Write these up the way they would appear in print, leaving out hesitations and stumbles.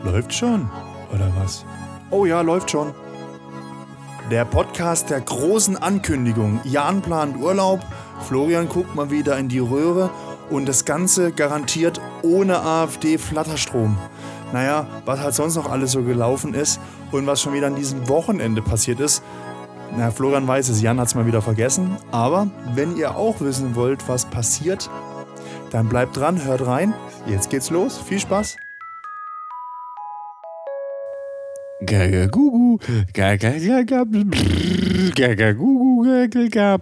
Läuft schon, oder was? Oh ja, läuft schon. Der Podcast der großen Ankündigung. Jan plant Urlaub, Florian guckt mal wieder in die Röhre und das Ganze garantiert ohne AfD-Flatterstrom. Naja, was halt sonst noch alles so gelaufen ist und was schon wieder an diesem Wochenende passiert ist. Na, Florian weiß es, Jan hat es mal wieder vergessen. Aber wenn ihr auch wissen wollt, was passiert, dann bleibt dran, hört rein. Jetzt geht's los. Viel Spaß. Gaga Gugu, Gaga Gaga, Gaga Gugu, Gaga.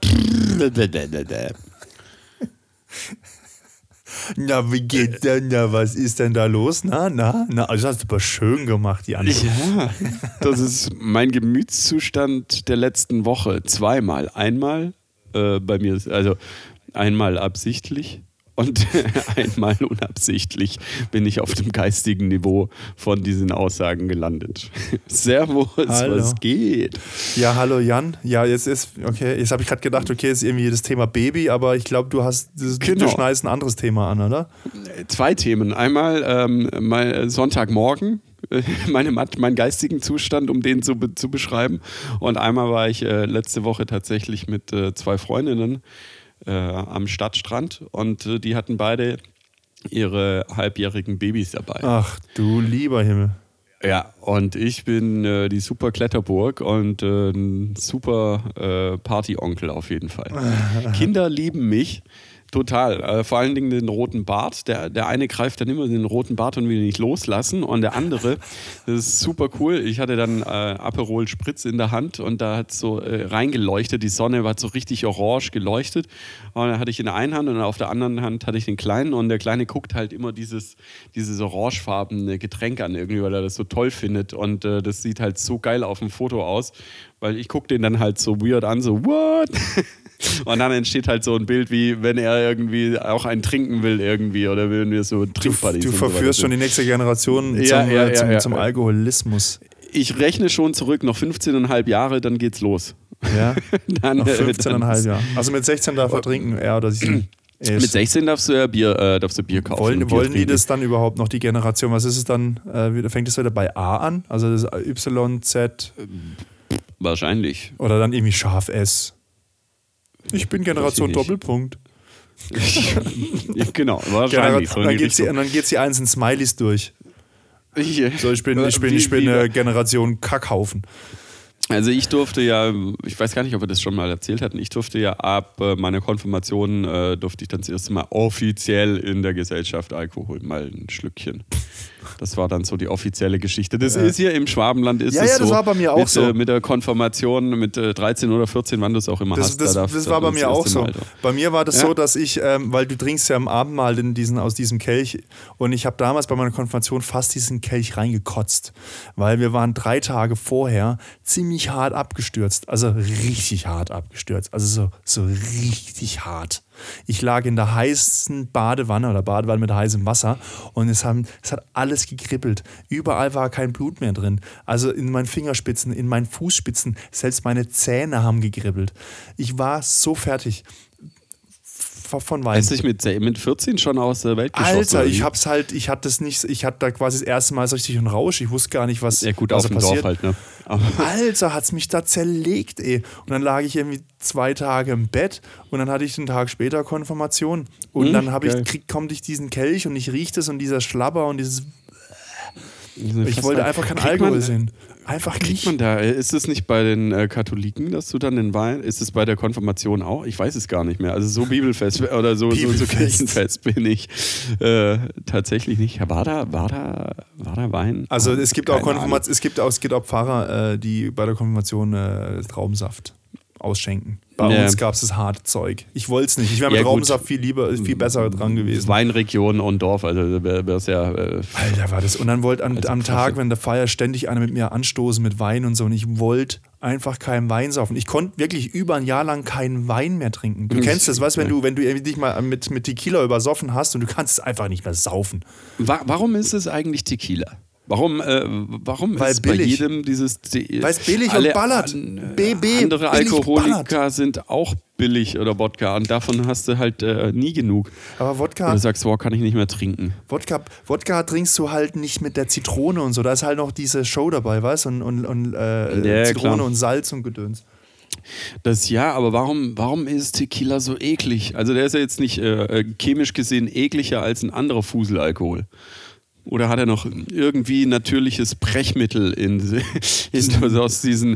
Na, wie geht's denn da? Was ist denn da los? Na, also hast du aber schön gemacht, Jan. Ja, das ist mein Gemütszustand der letzten Woche. Zweimal. Einmal bei mir, also einmal absichtlich und einmal unabsichtlich bin ich auf dem geistigen Niveau von diesen Aussagen gelandet. Servus, hallo. Was geht? Ja, hallo Jan. Ja, jetzt habe ich gerade gedacht, okay, ist irgendwie das Thema Baby, aber ich glaube, du schneidest ein anderes Thema an, oder? Zwei Themen. Einmal mal Sonntagmorgen, meinen geistigen Zustand, um den zu beschreiben. Und einmal war ich letzte Woche tatsächlich mit zwei Freundinnen am Stadtstrand und die hatten beide ihre halbjährigen Babys dabei. Ach du lieber Himmel. Ja, und ich bin die super Kletterburg und ein super Partyonkel auf jeden Fall. Kinder lieben mich total. Vor allen Dingen den roten Bart. Der eine greift dann immer den roten Bart und will ihn nicht loslassen. Und der andere, das ist super cool. Ich hatte dann Aperol Spritz in der Hand und da hat es so reingeleuchtet. Die Sonne hat so richtig orange geleuchtet. Und dann hatte ich in der einen Hand und auf der anderen Hand hatte ich den Kleinen. Und der Kleine guckt halt immer dieses orangefarbene Getränk an irgendwie, weil er das so toll findet. Und das sieht halt so geil auf dem Foto aus. Weil ich gucke den dann halt so weird an, so what? Und dann entsteht halt so ein Bild, wie wenn er irgendwie auch einen trinken will irgendwie oder wenn wir so Trinkpartys. Du verführst schon die nächste Generation zum Alkoholismus. Ich rechne schon zurück, noch 15,5 Jahre, dann geht's los. Ja, noch 15,5 Jahre. Also mit 16 darf er trinken, er oder sie. Mit 16 darfst du ja Bier kaufen. Wollen die das dann überhaupt noch, die Generation? Was ist es dann? Fängt es wieder bei A an? Also das Y, Z? Wahrscheinlich. Oder dann irgendwie scharf S? Ich bin Generation Doppelpunkt. Ja, genau, wahrscheinlich. Und dann geht die einzelnen Smileys durch. So, ich bin Generation Kackhaufen. Also ich durfte ja, ich weiß gar nicht, ob wir das schon mal erzählt hatten, ich durfte ja ab meiner Konfirmation, durfte ich dann das erste Mal offiziell in der Gesellschaft Alkohol, mal ein Schlückchen. Das war dann so die offizielle Geschichte. Das ist hier im Schwabenland ist es so. Das war bei mir auch so. Mit der Konfirmation, mit 13 oder 14, wann du es auch immer hast. Das war bei mir auch so. Bei mir war das so, dass ich, weil du trinkst ja am Abend mal aus diesem Kelch und ich habe damals bei meiner Konfirmation fast diesen Kelch reingekotzt, weil wir waren 3 Tage vorher ziemlich hart abgestürzt, also richtig hart abgestürzt, also so richtig hart. Ich lag in der heißen Badewanne mit heißem Wasser und es hat alles gekribbelt. Überall war kein Blut mehr drin. Also in meinen Fingerspitzen, in meinen Fußspitzen, selbst meine Zähne haben gekribbelt. Ich war so fertig. Von Wein. Hast du dich mit 14 schon aus der Welt geschossen? Alter, ich hatte da quasi das erste Mal so richtig einen Rausch. Ich wusste gar nicht, was passiert. Ja gut, auf dem Dorf halt, ne? Alter, hat's mich da zerlegt, ey. Und dann lag ich irgendwie 2 Tage im Bett und dann hatte ich einen Tag später Konfirmation. Und dann konnte ich diesen Kelch und ich rieche das und dieser Schlabber und dieses... Ich wollte einfach keinen Alkohol sehen. Einfach nicht. Ist es nicht bei den Katholiken, dass du dann den Wein, ist es bei der Konfirmation auch? Ich weiß es gar nicht mehr. Also so bibelfest oder so kirchenfest bin ich tatsächlich nicht. War da Wein? Also es gibt auch Pfarrer, die bei der Konfirmation Traubensaft ausschenken. Bei uns gab es das harte Zeug. Ich wollte es nicht. Ich wäre mit Traubensaft viel besser dran gewesen. Weinregion und Dorf, also wäre es ja... Alter, war das. Und dann wollte am Tag, wenn der Feier, ständig einer mit mir anstoßen mit Wein und so. Und ich wollte einfach keinen Wein saufen. Ich konnte wirklich über ein Jahr lang keinen Wein mehr trinken. Du kennst das, weißt du, wenn du dich mal mit Tequila übersoffen hast und du kannst es einfach nicht mehr saufen. Warum ist es eigentlich Tequila? Warum Weil ist billig. Bei jedem dieses... Weil es billig und ballert. Andere Alkoholiker sind auch billig oder Wodka und davon hast du halt nie genug. Aber Wodka... Oder du sagst, wow, kann ich nicht mehr trinken. Wodka trinkst du halt nicht mit der Zitrone und so, da ist halt noch diese Show dabei, weißt du, und Zitrone klar. Und Salz und Gedöns. Das ja, aber warum ist Tequila so eklig? Also der ist ja jetzt nicht chemisch gesehen ekliger als ein anderer Fuselalkohol. Oder hat er noch irgendwie natürliches Brechmittel aus diesen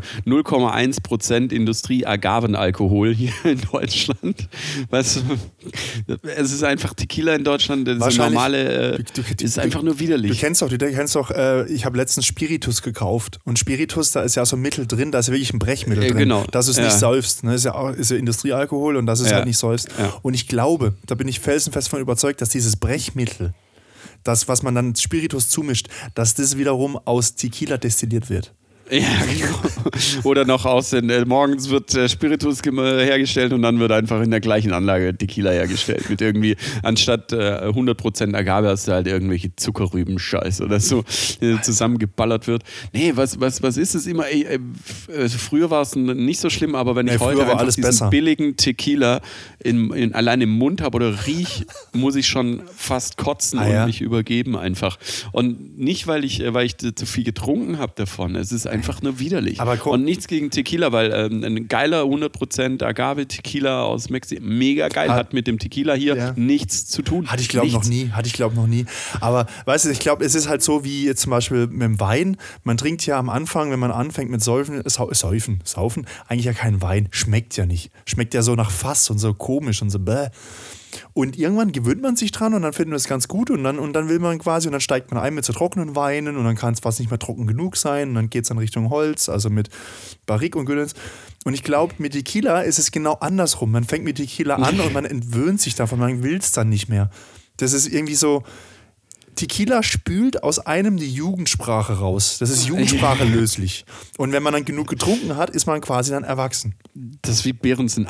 0,1% Industrie-Agavenalkohol hier in Deutschland? Weißt du, es ist einfach Tequila in Deutschland, das ist normale, ist einfach nur widerlich. Du kennst doch, ich habe letztens Spiritus gekauft und Spiritus, da ist ja so ein Mittel drin, da ist ja wirklich ein Brechmittel drin, genau. dass du es nicht säufst. Ne? Ist ja Industriealkohol und dass es halt nicht säufst. Ja. Und ich glaube, da bin ich felsenfest von überzeugt, dass dieses Brechmittel, das, was man dann Spiritus zumischt, dass das wiederum aus Tequila destilliert wird. Ja, genau. Oder noch morgens wird Spiritus hergestellt und dann wird einfach in der gleichen Anlage Tequila hergestellt. Mit irgendwie, anstatt 100% Agave hast du halt irgendwelche Zuckerrüben-Scheiß oder so, zusammengeballert wird. Nee, was ist es immer? Also früher war es nicht so schlimm, aber wenn ich heute einfach diesen billigen Tequila allein im Mund habe oder riech, muss ich schon fast kotzen und mich übergeben einfach. Und nicht, weil ich zu viel getrunken habe davon. Es ist einfach nur widerlich. Und nichts gegen Tequila, weil ein geiler 100% Agave-Tequila aus Mexiko, mega geil, hat mit dem Tequila hier nichts zu tun. Hatte ich glaube noch nie. Aber weißt du, ich glaube, es ist halt so wie jetzt zum Beispiel mit dem Wein. Man trinkt ja am Anfang, wenn man anfängt mit Saufen, eigentlich ja kein Wein. Schmeckt ja nicht. Schmeckt ja so nach Fass und so komisch und so bäh. Und irgendwann gewöhnt man sich dran und dann findet man es ganz gut und dann will man quasi und dann steigt man ein mit so trockenen Weinen und dann kann es fast nicht mehr trocken genug sein und dann geht es dann Richtung Holz, also mit Barrique und Gedöns. Und ich glaube, mit Tequila ist es genau andersrum. Man fängt mit Tequila an und man entwöhnt sich davon, man will es dann nicht mehr. Das ist irgendwie so, Tequila spült aus einem die Jugendsprache raus. Das ist Jugendsprache löslich. Und wenn man dann genug getrunken hat, ist man quasi dann erwachsen. Das ist wie Beerensen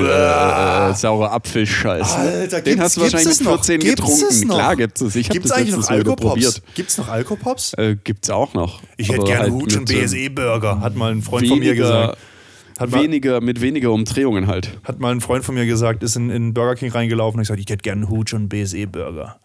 saurer Apfelscheiß. Alter, den hast du wahrscheinlich mit 14 getrunken. Klar gibt es. Ich habe das eigentlich noch Alkopops? Gibt es noch Alkopops? Gibt es auch noch. Ich hätte gerne Hutsch und BSE-Burger, hat mal ein Freund von mir gesagt. Mit weniger Umdrehungen halt. Hat mal ein Freund von mir gesagt, ist in Burger King reingelaufen und ich gesagt, ich hätte gerne einen Hutsch und BSE-Burger.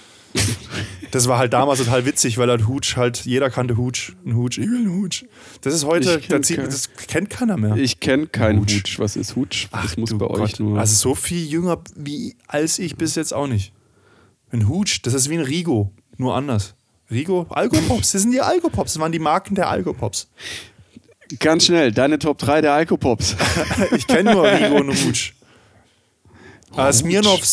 Das war halt damals total witzig, weil halt Hutsch jeder kannte Hutsch. Ich will einen Hutsch. Das ist heute, das kennt keiner mehr. Ich kenne keinen Hutsch. Was ist Hutsch? Das muss bei euch nur. Also so viel jünger als ich bis jetzt auch nicht. Ein Hutsch, das ist wie ein Rigo, nur anders. Rigo, Alkopops, das sind die Alkopops, das waren die Marken der Alkopops. Ganz schnell, deine Top 3 der Alkopops. Ich kenne nur Rigo und Hutsch. Smirnoff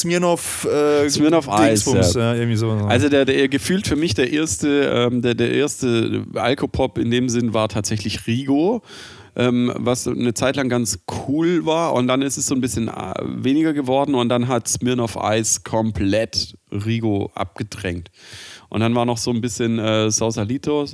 Eis, irgendwie so. Also der gefühlt für mich der erste Alkopop in dem Sinn war tatsächlich Rigo, was eine Zeit lang ganz cool war und dann ist es so ein bisschen weniger geworden und dann hat Smirnoff Eis komplett Rigo abgedrängt. Und dann war noch so ein bisschen Sausalitos.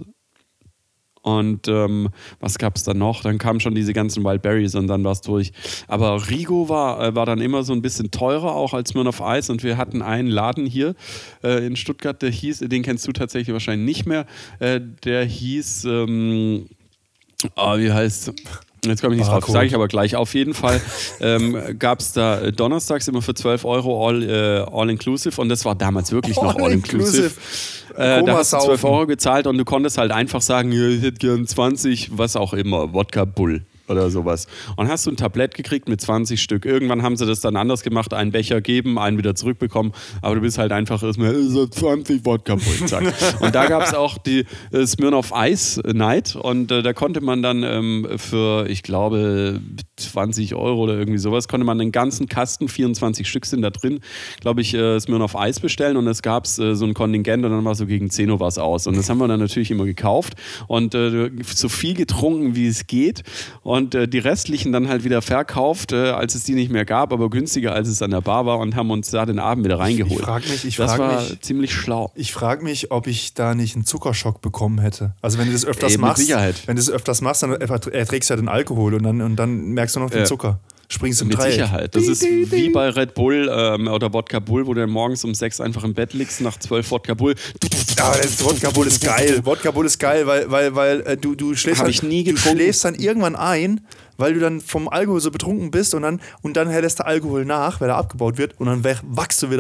Und was gab es dann noch? Dann kamen schon diese ganzen Wild Berries und dann war es durch. Aber Rigo war dann immer so ein bisschen teurer auch als Smirnoff Ice und wir hatten einen Laden hier in Stuttgart, der hieß, den kennst du tatsächlich wahrscheinlich nicht mehr, der hieß, wie heißt jetzt komme ich nicht drauf, sage ich aber gleich. Auf jeden Fall gab es da donnerstags immer für 12 Euro All-Inclusive und das war damals wirklich noch All-Inclusive. Da hast du 12 Euro gezahlt und du konntest halt einfach sagen, ich hätte gern 20, was auch immer, Wodka Bull oder sowas. Und hast du ein Tablett gekriegt mit 20 Stück. Irgendwann haben sie das dann anders gemacht, einen Becher geben, einen wieder zurückbekommen, aber du bist halt einfach erstmal so 20 Wodka Bull, zack. Und da gab es auch die Smirnoff Ice Night und da konnte man dann für, ich glaube, 20 Euro oder irgendwie sowas, konnte man den ganzen Kasten, 24 Stück sind da drin, glaube ich, Smirnoff Ice bestellen und es gab so ein Kontingent und dann war so gegen 10 Uhr was aus. Und das haben wir dann natürlich immer gekauft und so viel getrunken, wie es geht und die restlichen dann halt wieder verkauft, als es die nicht mehr gab, aber günstiger, als es an der Bar war und haben uns da den Abend wieder reingeholt. Das war ziemlich schlau. Ich frage mich, ob ich da nicht einen Zuckerschock bekommen hätte. Also wenn du das öfters machst, mit Sicherheit. Wenn du das öfters machst, dann erträgst du ja den Alkohol und dann merkst du noch den Zucker. springst im Mit Dreieck. Sicherheit. Das ist wie bei Red Bull oder Wodka Bull, wo du dann morgens um 6 einfach im Bett liegst, nach 12 Wodka Bull. Aber das Wodka Bull ist geil. Wodka Bull ist geil, weil du schläfst, du schläfst dann irgendwann ein, weil du dann vom Alkohol so betrunken bist und dann lässt der Alkohol nach, weil er abgebaut wird und dann wachst du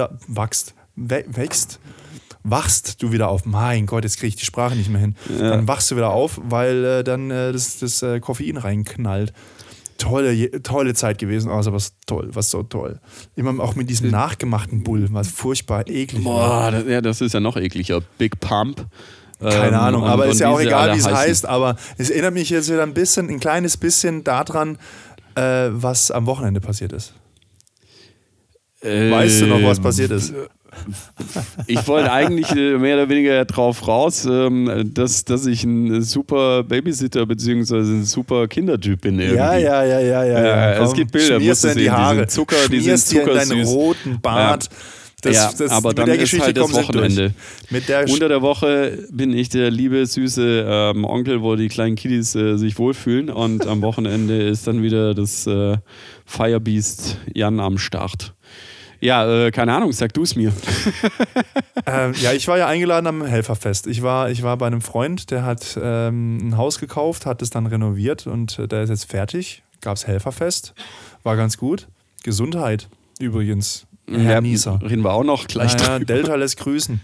wieder auf. Mein Gott, jetzt kriege ich die Sprache nicht mehr hin. Ja. Dann wachst du wieder auf, weil dann das Koffein reinknallt. Tolle Zeit gewesen, also was so toll. Immer auch mit diesem nachgemachten Bull, was furchtbar eklig war. Boah, das ist ja noch ekliger. Big Pump. Keine Ahnung, aber ist ja auch egal, wie es heißt, aber es erinnert mich jetzt wieder ein kleines bisschen daran, was am Wochenende passiert ist. Weißt du noch, was passiert ist? Ich wollte eigentlich mehr oder weniger drauf raus, dass ich ein super Babysitter bzw. ein super Kindertyp bin. Irgendwie. Ja. Es gibt Bilder, schmierst du in die Haare, schmierst dir in deinen roten Bart. Das, aber dann ist halt das Wochenende. Unter der Woche bin ich der liebe, süße Onkel, wo die kleinen Kiddies sich wohlfühlen und am Wochenende ist dann wieder das Firebeast Jan am Start. Ja, keine Ahnung, sag du es mir. Ich war ja eingeladen am Helferfest. Ich war bei einem Freund, der hat ein Haus gekauft, hat es dann renoviert und der ist jetzt fertig. Gab's Helferfest, war ganz gut. Gesundheit übrigens, Herr Nieser. Reden wir auch noch gleich drüber. Delta lässt grüßen.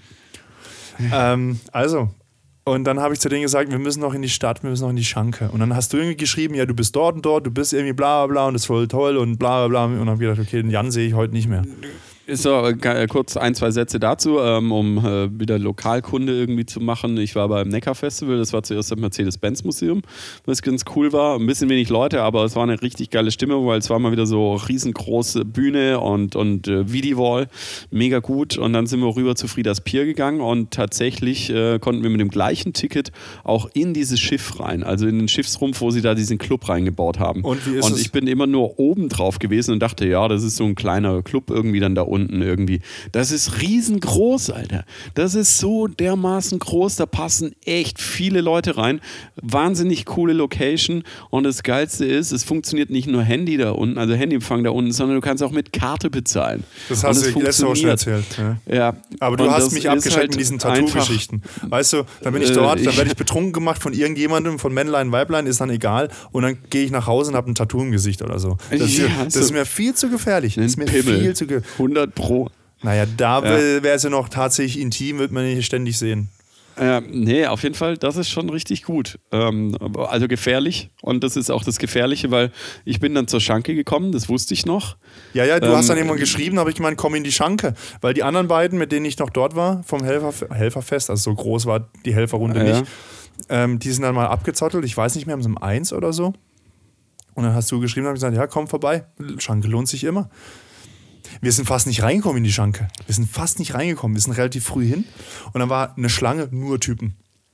Und dann habe ich zu denen gesagt, wir müssen noch in die Stadt, wir müssen noch in die Schanke. Und dann hast du irgendwie geschrieben, ja, du bist dort und dort, du bist irgendwie bla bla bla und das ist voll toll und bla bla bla. Und dann habe ich gedacht, okay, den Jan sehe ich heute nicht mehr. So, kurz 1-2 Sätze dazu, um wieder Lokalkunde irgendwie zu machen. Ich war beim Neckar-Festival, das war zuerst im Mercedes-Benz-Museum, was ganz cool war. Ein bisschen wenig Leute, aber es war eine richtig geile Stimmung, weil es war mal wieder so riesengroße Bühne und Vidi-Wall, mega gut. Und dann sind wir rüber zu Frieders Pier gegangen und tatsächlich konnten wir mit dem gleichen Ticket auch in dieses Schiff rein, also in den Schiffsrumpf, wo sie da diesen Club reingebaut haben. Und wie ist es? Ich bin immer nur oben drauf gewesen und dachte, ja, das ist so ein kleiner Club irgendwie dann da unten irgendwie. Das ist riesengroß, Alter. Das ist so dermaßen groß, da passen echt viele Leute rein. Wahnsinnig coole Location und das Geilste ist, es funktioniert nicht nur Handy da unten, also Handyempfang da unten, sondern du kannst auch mit Karte bezahlen. Das hast du letzte Woche schon erzählt. Ja. Aber du hast mich abgeschreckt mit diesen Tattoo-Geschichten. Weißt du, dann bin ich dort, dann werde ich betrunken gemacht von irgendjemandem, von Männlein, Weiblein, ist dann egal und dann gehe ich nach Hause und habe ein Tattoo im Gesicht oder so. Das ist mir viel zu gefährlich. Das ist mir viel zu 100 Pro. Naja, da wäre sie noch tatsächlich intim, wird man nicht ständig sehen. Nee, auf jeden Fall, das ist schon richtig gut. Also gefährlich und das ist auch das Gefährliche, weil ich bin dann zur Schanke gekommen, das wusste ich noch. Ja, du hast dann irgendwann geschrieben, habe ich gemeint, komm in die Schanke. Weil die anderen beiden, mit denen ich noch dort war, vom Helferfest, also so groß war die Helferrunde nicht, die sind dann mal abgezottelt, ich weiß nicht mehr, um 1 oder so. Und dann hast du geschrieben und gesagt, ja, komm vorbei, Schanke lohnt sich immer. Wir sind fast nicht reingekommen in die Schanke. Wir sind relativ früh hin. Und dann war eine Schlange, nur Typen.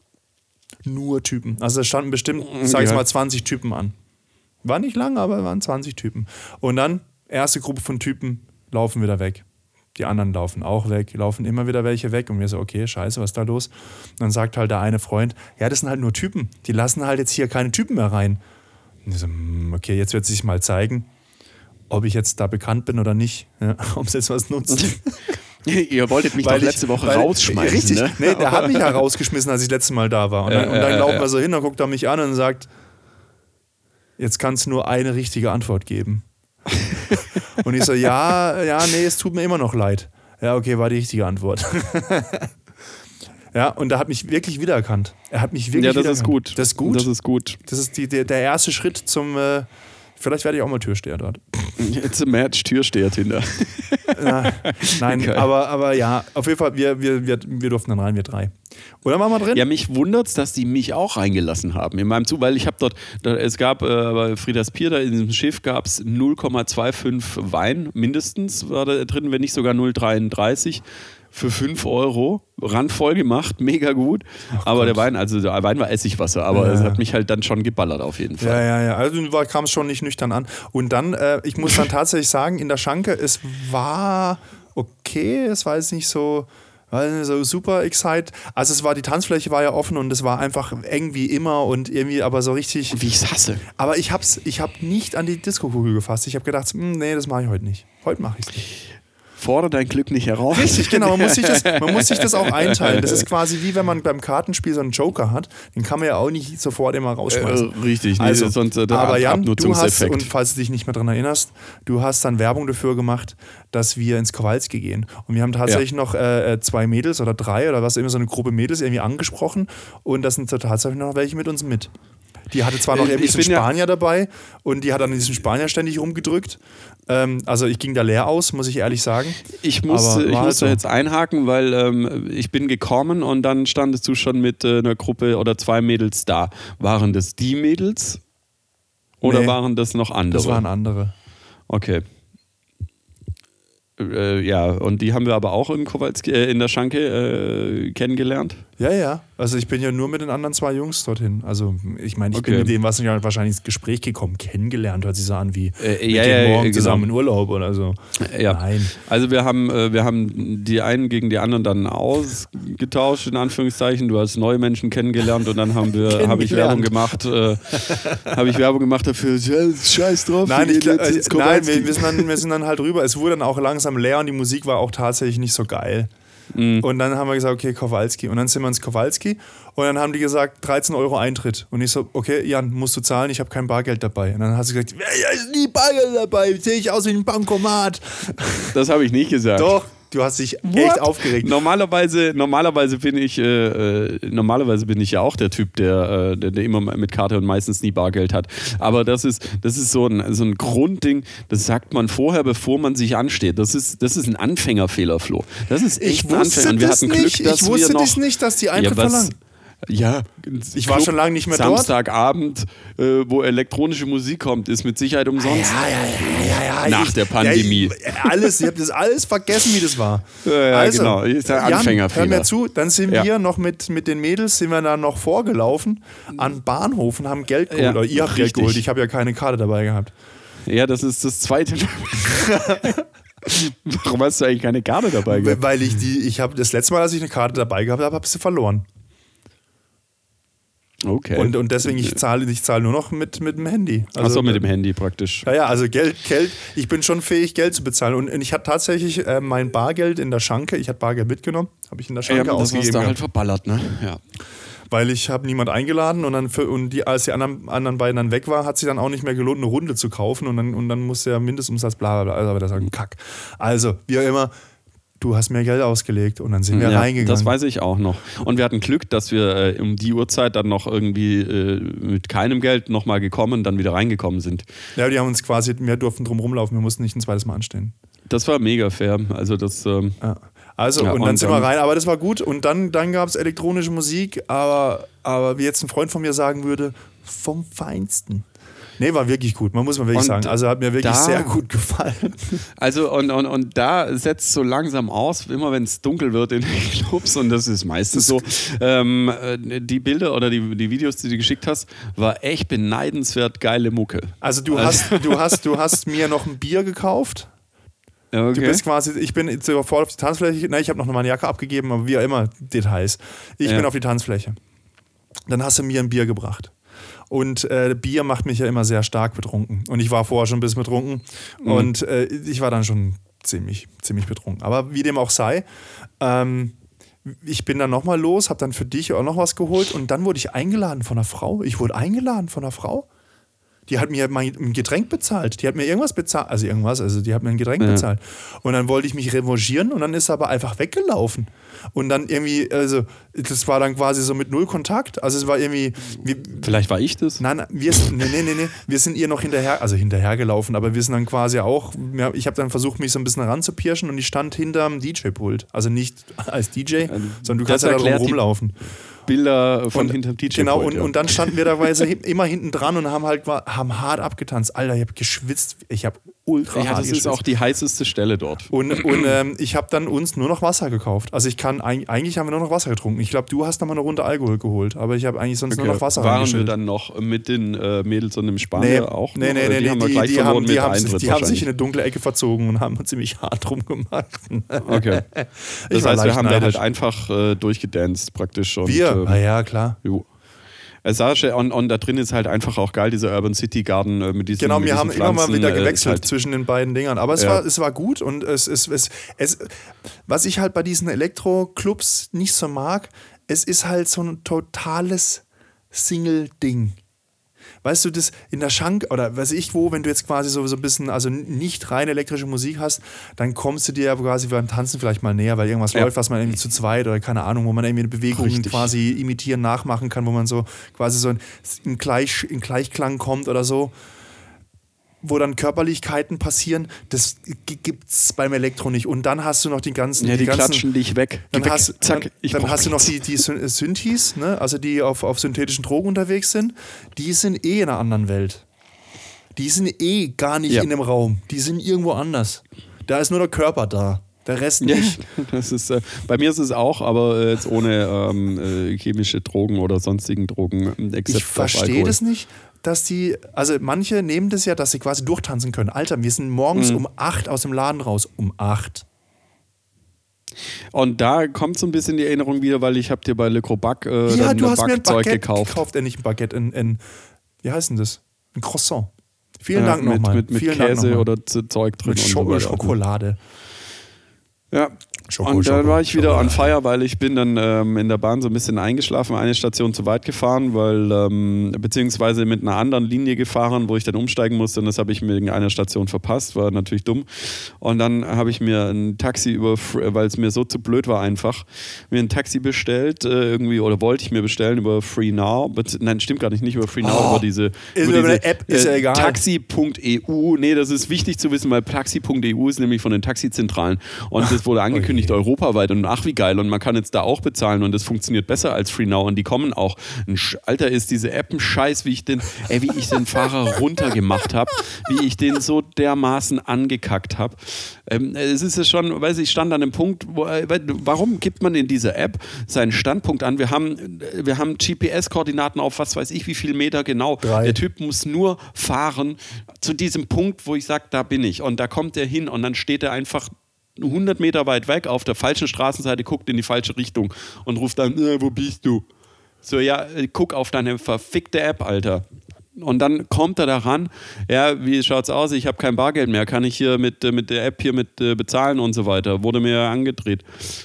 Also da standen bestimmt, sag ich mal, 20 Typen an. War nicht lang, aber waren 20 Typen. Und dann, erste Gruppe von Typen laufen wieder weg. Die anderen laufen auch weg, laufen immer wieder welche weg. Und wir so, okay, scheiße, was ist da los? Und dann sagt halt der eine Freund, ja, das sind halt nur Typen. Die lassen halt jetzt hier keine Typen mehr rein. Und ich so, okay, jetzt wird es sich mal zeigen, ob ich jetzt da bekannt bin oder nicht, ob es jetzt was nutzt. Ihr wolltet mich doch letzte Woche rausschmeißen, richtig, ne? Nee, der hat mich ja rausgeschmissen, als ich das letzte Mal da war. Und dann laufen wir so hin, dann guckt er mich an und sagt, jetzt kannst du nur eine richtige Antwort geben. Und ich so, nee, es tut mir immer noch leid. Ja, okay, war die richtige Antwort. Ja, und er hat mich wirklich wiedererkannt. Das ist gut. Das ist gut. Das ist gut. Das ist der erste Schritt zum... Vielleicht werde ich auch mal Türsteher dort. It's a match, Türsteher, Tinder. Nein, okay. aber ja, auf jeden Fall, wir durften dann rein, wir 3. Oder waren wir drin? Ja, mich wundert's, dass die mich auch reingelassen haben in meinem Zug, weil ich habe es gab bei Frieders Pier, da in diesem Schiff gab es 0,25 Wein, mindestens war da drin, wenn nicht sogar 0,33 für 5 €, randvoll gemacht, mega gut. Aber der Wein war Essigwasser, aber es hat mich halt dann schon geballert auf jeden Fall. Ja. Also kam es schon nicht nüchtern an. Und dann, ich muss dann tatsächlich sagen, in der Schanke, es war okay, es war jetzt nicht so, War so super excited. Also die Tanzfläche war ja offen und es war einfach eng wie immer und irgendwie aber so richtig. Wie ich es hasse. Aber ich hab nicht an die Disco-Kugel gefasst. Ich habe gedacht, nee, das mache ich heute nicht. Heute mache ich es nicht. Fordere dein Glück nicht heraus. Richtig, genau. Man muss sich das auch einteilen. Das ist quasi wie wenn man beim Kartenspiel so einen Joker hat. Den kann man ja auch nicht sofort immer rausschmeißen. Richtig, also, sonst aber Jan, du hast, und falls du dich nicht mehr daran erinnerst, du hast dann Werbung dafür gemacht, dass wir ins Kowalski gehen. Und wir haben tatsächlich noch 2 Mädels oder 3 oder was immer, so eine Gruppe Mädels irgendwie angesprochen. Und das sind tatsächlich noch welche mit uns mit. Die hatte zwar noch irgendwie einen Spanier dabei und die hat an diesem Spanier ständig rumgedrückt. Also ich ging da leer aus, muss ich ehrlich sagen. Ich musste jetzt einhaken, weil ich bin gekommen und dann standest du schon mit einer Gruppe oder 2 Mädels da. Waren das die Mädels oder waren das noch andere? Das waren andere. Okay. Ja, und die haben wir aber auch in Kowalski, in der Schanke kennengelernt. Ja. Also ich bin ja nur mit den anderen 2 Jungs dorthin. Also ich meine, ich bin mit denen wahrscheinlich ins Gespräch gekommen, kennengelernt, hört sich so an wie morgen zusammen in Urlaub oder so. Ja. Nein. Also wir haben die einen gegen die anderen dann ausgetauscht, in Anführungszeichen. Du hast neue Menschen kennengelernt und dann habe ich Werbung gemacht. Dafür, scheiß drauf. Nein, wir sind dann halt rüber. Es wurde dann auch langsam leer und die Musik war auch tatsächlich nicht so geil. Und dann haben wir gesagt, okay, Kowalski. Und dann sind wir ins Kowalski und dann haben die gesagt, 13 € Eintritt. Und ich so, okay, Jan, musst du zahlen, ich habe kein Bargeld dabei. Und dann hat sie gesagt, ja, ist nie Bargeld dabei, sehe ich aus wie ein Bankomat. Das habe ich nicht gesagt. Doch. Du hast dich echt aufgeregt. Normalerweise bin ich ja auch der Typ, der immer mit Karte und meistens nie Bargeld hat. Aber das ist so ein Grundding, das sagt man vorher, bevor man sich ansteht. Das ist ein Anfängerfehler, Flo. Das ist echt ein Anfänger. Und wir hatten Glück, dass wir noch... Ich wusste nicht, dass die Eintritt verlangen. Ja, ich war schon lange nicht mehr dort. Samstagabend, wo elektronische Musik kommt, ist mit Sicherheit umsonst. Ja. Nach der Pandemie. Ich habe das alles vergessen, wie das war. Ja, also, genau. Ist ein Anfängerfehler. Hör mir zu, dann sind wir noch mit den Mädels, sind wir dann noch vorgelaufen an Bahnhof und haben Geld geholt. Oder ihr habt Geld geholt, ich habe ja keine Karte dabei gehabt. Ja, das ist das Zweite. Warum hast du eigentlich keine Karte dabei gehabt? Weil ich habe das letzte Mal, als ich eine Karte dabei gehabt habe, habe ich sie verloren. Okay. Und deswegen, ich zahle nur noch mit dem Handy. Also, achso, mit dem Handy praktisch. Ja, also Geld, ich bin schon fähig, Geld zu bezahlen. Und ich hatte tatsächlich mein Bargeld in der Schanke, ich hatte Bargeld mitgenommen, habe ich in der Schanke ausgegeben. Das hast du halt verballert, ne? Ja. Weil ich habe niemand eingeladen und als die anderen beiden dann weg war, hat sich dann auch nicht mehr gelohnt, eine Runde zu kaufen und dann musste ja Mindestumsatz bla bla bla, aber das ist ein Kack. Also, wie auch immer, du hast mehr Geld ausgelegt und dann sind wir reingegangen. Das weiß ich auch noch. Und wir hatten Glück, dass wir um die Uhrzeit dann noch irgendwie mit keinem Geld nochmal gekommen, dann wieder reingekommen sind. Ja, die haben uns quasi, wir durften drum rumlaufen, wir mussten nicht ein zweites Mal anstehen. Das war mega fair. Also das... und dann sind wir rein, aber das war gut. Und dann gab es elektronische Musik, aber wie jetzt ein Freund von mir sagen würde, vom Feinsten. Nee, war wirklich gut, muss man wirklich sagen. Also hat mir wirklich sehr gut gefallen. Also und da setzt so langsam aus, immer wenn es dunkel wird in den Clubs, und das ist meistens so, die Bilder oder die Videos, die du geschickt hast, war echt beneidenswert geile Mucke. Also du hast mir noch ein Bier gekauft. Okay. Du bist quasi, ich bin sofort auf die Tanzfläche, ich habe noch meine Jacke abgegeben, aber wie auch immer, Details. Ich bin auf die Tanzfläche. Dann hast du mir ein Bier gebracht. Und Bier macht mich ja immer sehr stark betrunken. Und ich war vorher schon ein bisschen betrunken. Und ich war dann schon ziemlich betrunken. Aber wie dem auch sei, ich bin dann nochmal los, habe dann für dich auch noch was geholt. Und dann wurde ich eingeladen von einer Frau. Die hat mir ein Getränk bezahlt. Die hat mir irgendwas bezahlt. Die hat mir ein Getränk bezahlt. Und dann wollte ich mich revanchieren und dann ist sie aber einfach weggelaufen. Und dann irgendwie, das war dann quasi so mit null Kontakt. Also es war irgendwie... Vielleicht war ich das? Nein, wir sind ihr noch hinterhergelaufen, aber wir sind dann quasi auch... Ich habe dann versucht, mich so ein bisschen ranzupirschen und ich stand hinterm DJ-Pult. Also nicht als DJ, sondern du kannst ja da drum rumlaufen. Bilder von hinterm DJ. Genau, und dann standen wir da immer hinten dran und haben hart abgetanzt. Alter, ich habe geschwitzt. Ich habe ultra hart. Ja, das ist auch die heißeste Stelle dort. Und ich habe dann uns nur noch Wasser gekauft. Also eigentlich haben wir nur noch Wasser getrunken. Ich glaube, du hast noch mal eine Runde Alkohol geholt, aber ich habe eigentlich sonst nur noch Wasser reingeschüttet. Waren wir dann noch mit den Mädels und dem Spanier auch? Nee, die haben wir gleich verloren mit Eintritt. Die haben sich in eine dunkle Ecke verzogen und haben ziemlich hart rumgemacht. Okay. Das heißt, wir haben da halt einfach durchgedanced praktisch. Und, ja, klar. Jo. Und da drin ist halt einfach auch geil, dieser Urban City Garden mit diesen Genau, wir haben Pflanzen, immer mal wieder gewechselt halt zwischen den beiden Dingern. Aber es war gut und was ich halt bei diesen Elektro-Clubs nicht so mag, es ist halt so ein totales Single-Ding. Weißt du, das in der Schank oder weiß ich wo, wenn du jetzt quasi so ein bisschen, also nicht rein elektrische Musik hast, dann kommst du dir ja quasi beim Tanzen vielleicht mal näher, weil irgendwas läuft, was man irgendwie zu zweit oder keine Ahnung, wo man irgendwie eine Bewegung quasi imitieren, nachmachen kann, wo man so quasi so in Gleichklang kommt oder so, wo dann Körperlichkeiten passieren, das gibt's beim Elektro nicht. Und dann hast du noch die ganzen... Ja, die klatschen dich weg. Dann hast du noch die Synthes, ne? Also die auf synthetischen Drogen unterwegs sind, die sind in einer anderen Welt. Die sind gar nicht in dem Raum. Die sind irgendwo anders. Da ist nur der Körper da. Der Rest nicht. Das ist, bei mir ist es auch, aber jetzt ohne chemische Drogen oder sonstigen Drogen. Ich verstehe das nicht, dass also manche nehmen das ja, dass sie quasi durchtanzen können. Alter, wir sind morgens um 8 aus dem Laden raus. Um 8. Und da kommt so ein bisschen die Erinnerung wieder, weil ich habe dir bei Le Crobac du hast mir ein Baguette gekauft. Nicht ein Baguette, wie heißt denn das? Ein Croissant. Vielen Dank nochmal. Mit Käse oder Zeug drin. Mit Schokolade. Ja, und dann war ich wieder on fire, weil ich bin dann in der Bahn so ein bisschen eingeschlafen, eine Station zu weit gefahren, beziehungsweise mit einer anderen Linie gefahren, wo ich dann umsteigen musste und das habe ich mir wegen einer Station verpasst, war natürlich dumm. Und dann habe ich mir ein Taxi weil es mir so zu blöd war einfach, mir ein Taxi bestellt oder wollte ich mir bestellen über Free Now. Nein, stimmt gar nicht über Free Now, über diese App ist ja egal. Taxi.eu, nee, das ist wichtig zu wissen, weil Taxi.eu ist nämlich von den Taxizentralen und das wurde angekündigt europaweit und ach wie geil und man kann jetzt da auch bezahlen und das funktioniert besser als Free Now und die kommen auch. Alter, ist diese App ein Scheiß, wie ich den Fahrer runtergemacht habe, wie ich den so dermaßen angekackt habe. Es ist ja schon, weiß ich, stand an einem Punkt, warum gibt man in dieser App seinen Standpunkt an? Wir haben GPS-Koordinaten auf was weiß ich wie viel Meter genau. 3. Der Typ muss nur fahren zu diesem Punkt, wo ich sage, da bin ich und da kommt er hin und dann steht er einfach 100 Meter weit weg auf der falschen Straßenseite, guckt in die falsche Richtung und ruft dann, wo bist du? So, ja, guck auf deine verfickte App, Alter. Und dann kommt er da ran, ja, wie schaut's aus? Ich habe kein Bargeld mehr, kann ich hier mit der App hier bezahlen und so weiter? Wurde mir angedreht.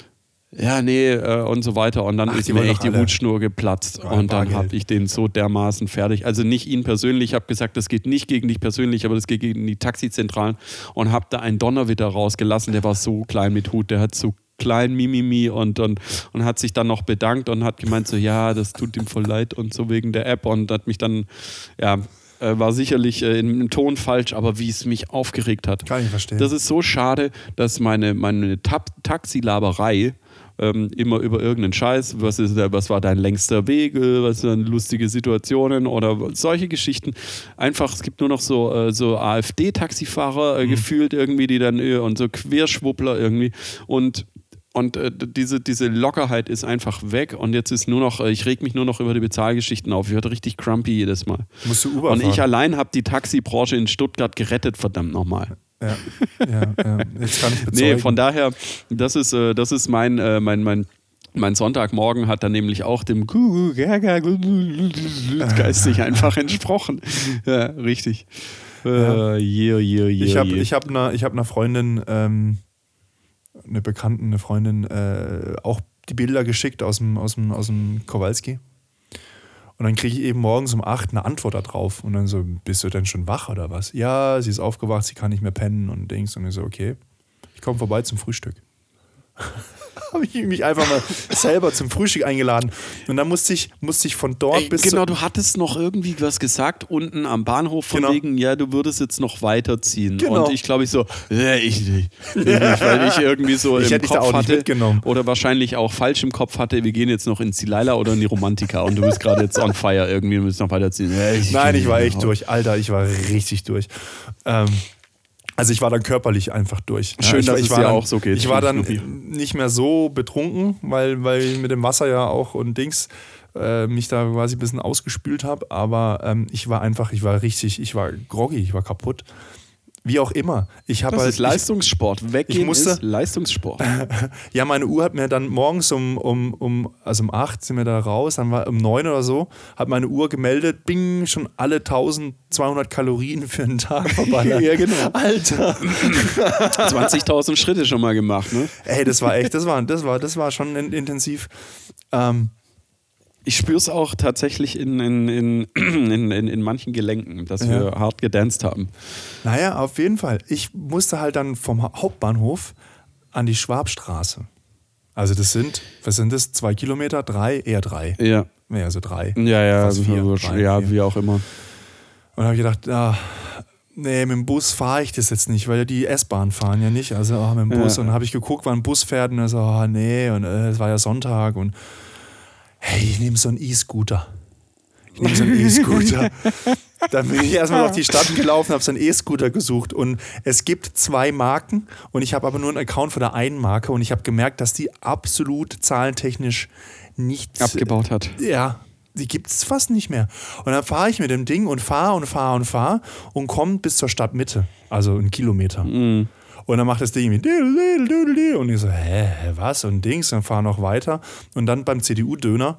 Ja, nee, und so weiter. Und dann ist mir echt die Hutschnur geplatzt. Und dann habe ich den so dermaßen fertig. Also nicht ihn persönlich, ich habe gesagt, das geht nicht gegen dich persönlich, aber das geht gegen die Taxizentralen. Und habe da einen Donnerwitter rausgelassen, der war so klein mit Hut, der hat so klein Mimimi und hat sich dann noch bedankt und hat gemeint so, ja, das tut ihm voll leid und so wegen der App und hat mich dann, ja, war sicherlich im Ton falsch, aber wie es mich aufgeregt hat. Kann ich verstehen. Das ist so schade, dass meine Taxilaberei immer über irgendeinen Scheiß, was war dein längster Weg, was sind lustige Situationen oder solche Geschichten. Einfach, es gibt nur noch so AfD-Taxifahrer gefühlt irgendwie, die dann und so Querschwuppler irgendwie und diese Lockerheit ist einfach weg und jetzt ist nur noch, ich reg mich nur noch über die Bezahlgeschichten auf. Ich werde richtig grumpy jedes Mal. Musst du Uber fahren? Und ich allein habe die Taxibranche in Stuttgart gerettet, verdammt nochmal. Ja. Jetzt kann ich bezeugen. Nee, von daher, das ist mein Sonntagmorgen hat dann nämlich auch dem geistig einfach entsprochen. Ja, richtig. Ich hab einer Freundin, eine Freundin, auch die Bilder geschickt aus dem Kowalski. Und dann kriege ich eben morgens um 8 eine Antwort da drauf. Und dann so, bist du denn schon wach oder was? Ja, sie ist aufgewacht, sie kann nicht mehr pennen und Dings. Und ich so, okay, ich komme vorbei zum Frühstück. Habe ich mich einfach mal selber zum Frühstück eingeladen. Und dann musste ich von dort bis... Genau, du hattest noch irgendwie was gesagt unten am Bahnhof von wegen, ja, du würdest jetzt noch weiterziehen. Genau. Und ich glaube, ich nicht, weil ich irgendwie so im Kopf hatte oder wahrscheinlich auch falsch im Kopf hatte, wir gehen jetzt noch ins Zilaila oder in die Romantika und du bist gerade jetzt on fire irgendwie und willst noch weiterziehen. Nein, ich war echt durch. Alter, ich war richtig durch. Also ich war dann körperlich einfach durch. Schön, dass es dir auch so geht. Ich war dann nicht mehr so betrunken, weil ich mit dem Wasser ja auch und mich da quasi ein bisschen ausgespült habe. Aber ich war groggy, ich war kaputt. Wie auch immer. Das ist Leistungssport. Weggehen ist Leistungssport. Ja, meine Uhr hat mir dann morgens um 8 sind wir da raus, dann war um 9 oder so, hat meine Uhr gemeldet, bing, schon alle 1200 Kalorien für einen Tag verballert. Ja, genau. Alter. 20.000 Schritte schon mal gemacht, ne? Ey, das war schon intensiv. Ich spüre es auch tatsächlich in manchen Gelenken, dass wir hart gedanced haben. Naja, auf jeden Fall. Ich musste halt dann vom Hauptbahnhof an die Schwabstraße. Also was sind das? 2 Kilometer? 3? Eher 3. Ja. Ja, also 3. Ja, fast 4, 3, wie auch immer. Und da habe ich gedacht, nee, mit dem Bus fahre ich das jetzt nicht, weil die S-Bahn fahren ja nicht. Also mit dem Bus. Und dann habe ich geguckt, wann ein Bus fährt und so, nee, und es war ja Sonntag und hey, ich nehme so einen E-Scooter. Dann bin ich erstmal durch die Stadt gelaufen, habe so einen E-Scooter gesucht und es gibt 2 Marken und ich habe aber nur einen Account von der einen Marke und ich habe gemerkt, dass die absolut zahlentechnisch nichts abgebaut hat. Ja, die gibt es fast nicht mehr. Und dann fahre ich mit dem Ding und fahre und komme bis zur Stadtmitte, also 1 Kilometer. Mm. Und dann macht das Ding irgendwie und ich so, was? Und Dings, dann fahr noch weiter. Und dann beim CDU-Döner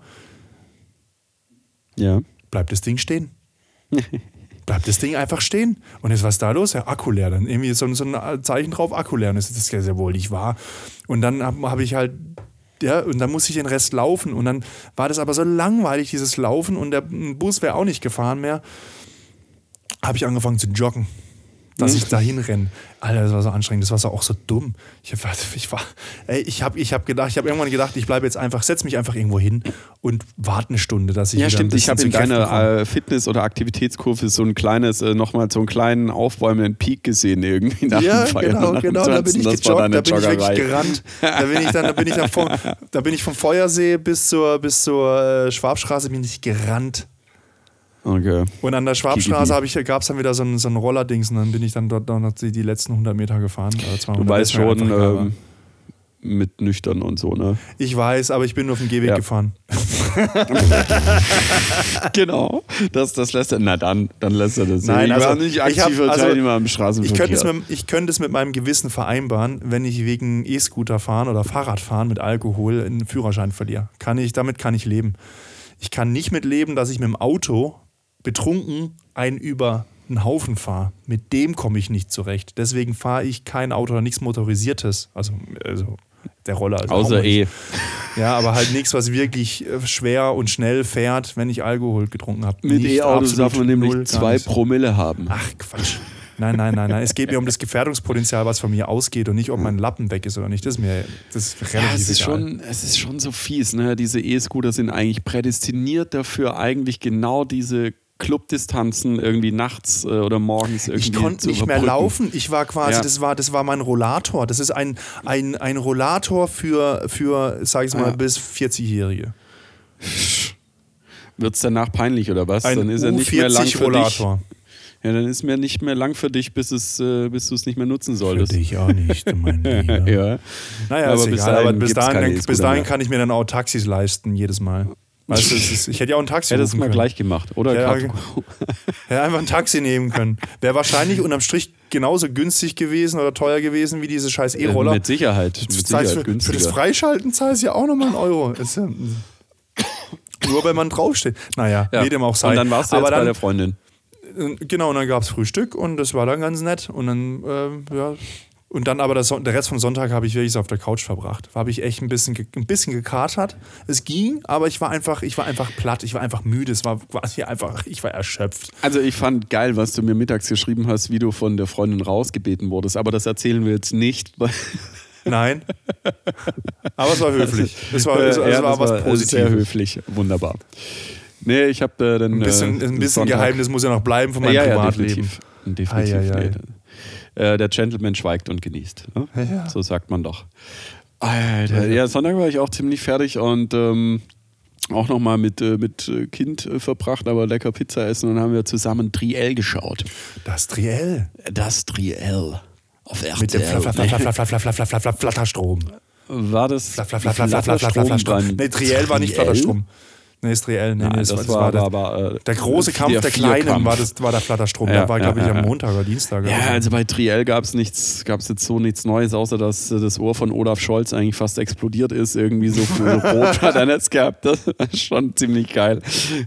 bleibt das Ding stehen. Bleibt das Ding einfach stehen. Und jetzt, was ist da los? Ja, Akku leer. Dann irgendwie so ein Zeichen drauf, Akku leer. Und das ist ja wohl nicht wahr. Und dann habe ich halt, und dann muss ich den Rest laufen. Und dann war das aber so langweilig, dieses Laufen. Und der Bus wäre auch nicht gefahren mehr. Habe ich angefangen zu joggen. Dass ich dahin renne. Alter, das war so anstrengend, das war so auch so dumm. Ich habe irgendwann gedacht, ich bleibe jetzt einfach, setz mich einfach irgendwo hin und warte eine Stunde, dass ich ja, wieder stimmt, ich habe in deiner Fitness- oder Aktivitätskurve so einen kleinen aufbäumenden Peak gesehen irgendwie nach dem Feiern. Genau, da bin ich gejoggt, da bin ich wirklich gerannt. Da bin ich vom Feuersee bis zur Schwabstraße bin ich gerannt. Okay. Und an der Schwabstraße gab es dann wieder so ein Rollerdings und dann bin ich dann dort noch die letzten 100 Meter gefahren. 200 du weißt schon, mit nüchtern und so, ne? Ich weiß, aber ich bin nur auf dem Gehweg gefahren. Genau. Das lässt er. Na dann lässt er das. Nein, ich war nicht aktiver Teilnehmer am Straßenverkehr. Ich könnte es mit meinem Gewissen vereinbaren, wenn ich wegen E-Scooter fahren oder Fahrradfahren mit Alkohol einen Führerschein verliere. Damit kann ich leben. Ich kann nicht mitleben, dass ich mit dem Auto betrunken über einen Haufen fahre. Mit dem komme ich nicht zurecht. Deswegen fahre ich kein Auto oder nichts Motorisiertes. Also der Roller. Also außer Ja, aber halt nichts, was wirklich schwer und schnell fährt, wenn ich Alkohol getrunken habe. Mit E-Autos darf man nämlich 2 Promille haben. Ach, Quatsch. Nein. Es geht mir um das Gefährdungspotenzial, was von mir ausgeht und nicht, ob mein Lappen weg ist oder nicht. Das ist relativ egal. Es ist schon so fies, ne? Diese E-Scooter sind eigentlich prädestiniert dafür, eigentlich genau diese Clubdistanzen irgendwie nachts oder morgens irgendwie Ich konnte nicht mehr laufen. Ich war quasi, das war mein Rollator. Das ist ein Rollator für sag ich mal, bis 40-Jährige. Wird es danach peinlich oder was? Dann ist er nicht mehr lang für Rollator. Dich. Ja, dann ist mir nicht mehr lang für dich, bis du es nicht mehr nutzen solltest. Für dich auch nicht, mein Lieber. Ja. Naja, aber ist egal. Aber bis dahin kann ich mir dann auch Taxis leisten, jedes Mal. Weißt du, ich hätte ja auch ein Taxi rufen können. Hättest du mal gleich gemacht, oder? Hätte einfach ein Taxi nehmen können. Wäre wahrscheinlich unterm Strich genauso günstig gewesen oder teuer gewesen wie diese scheiß E-Roller. Mit Sicherheit. Günstiger. Für das Freischalten zahlst du ja auch nochmal €1. Ist ja, nur wenn man draufsteht. Naja, wie dem auch sei. Und dann warst du jetzt bei der Freundin. Genau, und dann gab es Frühstück und das war dann ganz nett. Und dann, Und dann aber der Rest vom Sonntag habe ich wirklich so auf der Couch verbracht. Da habe ich echt ein bisschen gekatert. Es ging, aber ich war einfach platt, ich war einfach müde, ich war erschöpft. Also ich fand geil, was du mir mittags geschrieben hast, wie du von der Freundin rausgebeten wurdest, aber das erzählen wir jetzt nicht. Nein, aber es war höflich. Es war was Positives. Sehr höflich, wunderbar. Nee, ich habe dann... Ein bisschen Geheimnis muss ja noch bleiben von meinem Privatleben. Definitiv. Der Gentleman schweigt und genießt. Ne? So sagt man doch. Alter, Sonntag war ich auch ziemlich fertig und auch nochmal mit Kind verbracht, aber lecker Pizza essen und dann haben wir zusammen Triell geschaut. Das Triell? Das Triell. Auf RTL. Mit dem Flatterstrom. War das Flatterstrom? Nee, Triell war nicht Flatterstrom. Nee, das Triell. Nee, das war der große Kampf der Kleinen war der Flatterstrom. Der war, glaube ich, am Montag oder Dienstag. Ja, also bei Triell gab es jetzt so nichts Neues, außer dass das Ohr von Olaf Scholz eigentlich fast explodiert ist. Irgendwie so rot hat er jetzt gehabt. Das war schon ziemlich geil.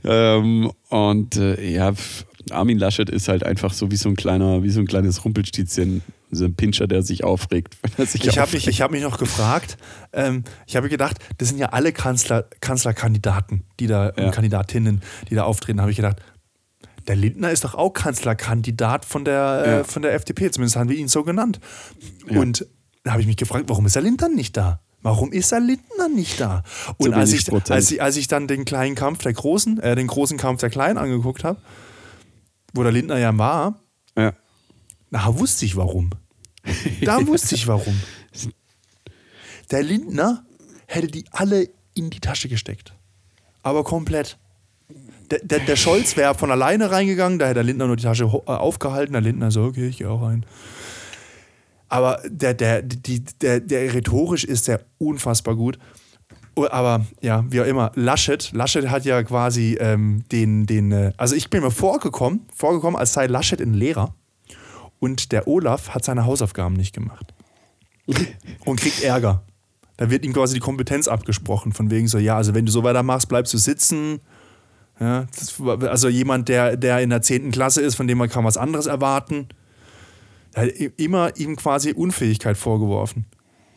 Armin Laschet ist halt einfach so wie so ein kleines Rumpelstilzchen. So ein Pinscher, der sich aufregt. Ich habe mich noch gefragt, ich habe gedacht, das sind ja alle Kanzlerkandidaten, Kandidatinnen, die da auftreten, habe ich gedacht, der Lindner ist doch auch Kanzlerkandidat von der FDP, zumindest haben wir ihn so genannt. Ja. Und da habe ich mich gefragt, warum ist der Lindner nicht da? Warum ist der Lindner nicht da? Und als ich dann den großen Kampf der Kleinen angeguckt habe, wo der Lindner ja war, da wusste ich warum. Der Lindner hätte die alle in die Tasche gesteckt. Aber komplett. Der Scholz wäre von alleine reingegangen, da hätte der Lindner nur die Tasche aufgehalten. Der Lindner so, okay, ich gehe auch rein. Aber der rhetorisch ist der unfassbar gut. Aber ja, wie auch immer, Laschet hat ja quasi also ich bin mir vorgekommen, als sei Laschet ein Lehrer. Und der Olaf hat seine Hausaufgaben nicht gemacht. Und kriegt Ärger. Da wird ihm quasi die Kompetenz abgesprochen, von wegen so, ja, also wenn du so weitermachst, bleibst du sitzen. Ja, also jemand, der in der 10. Klasse ist, von dem man kaum was anderes erwarten. Da hat immer ihm quasi Unfähigkeit vorgeworfen.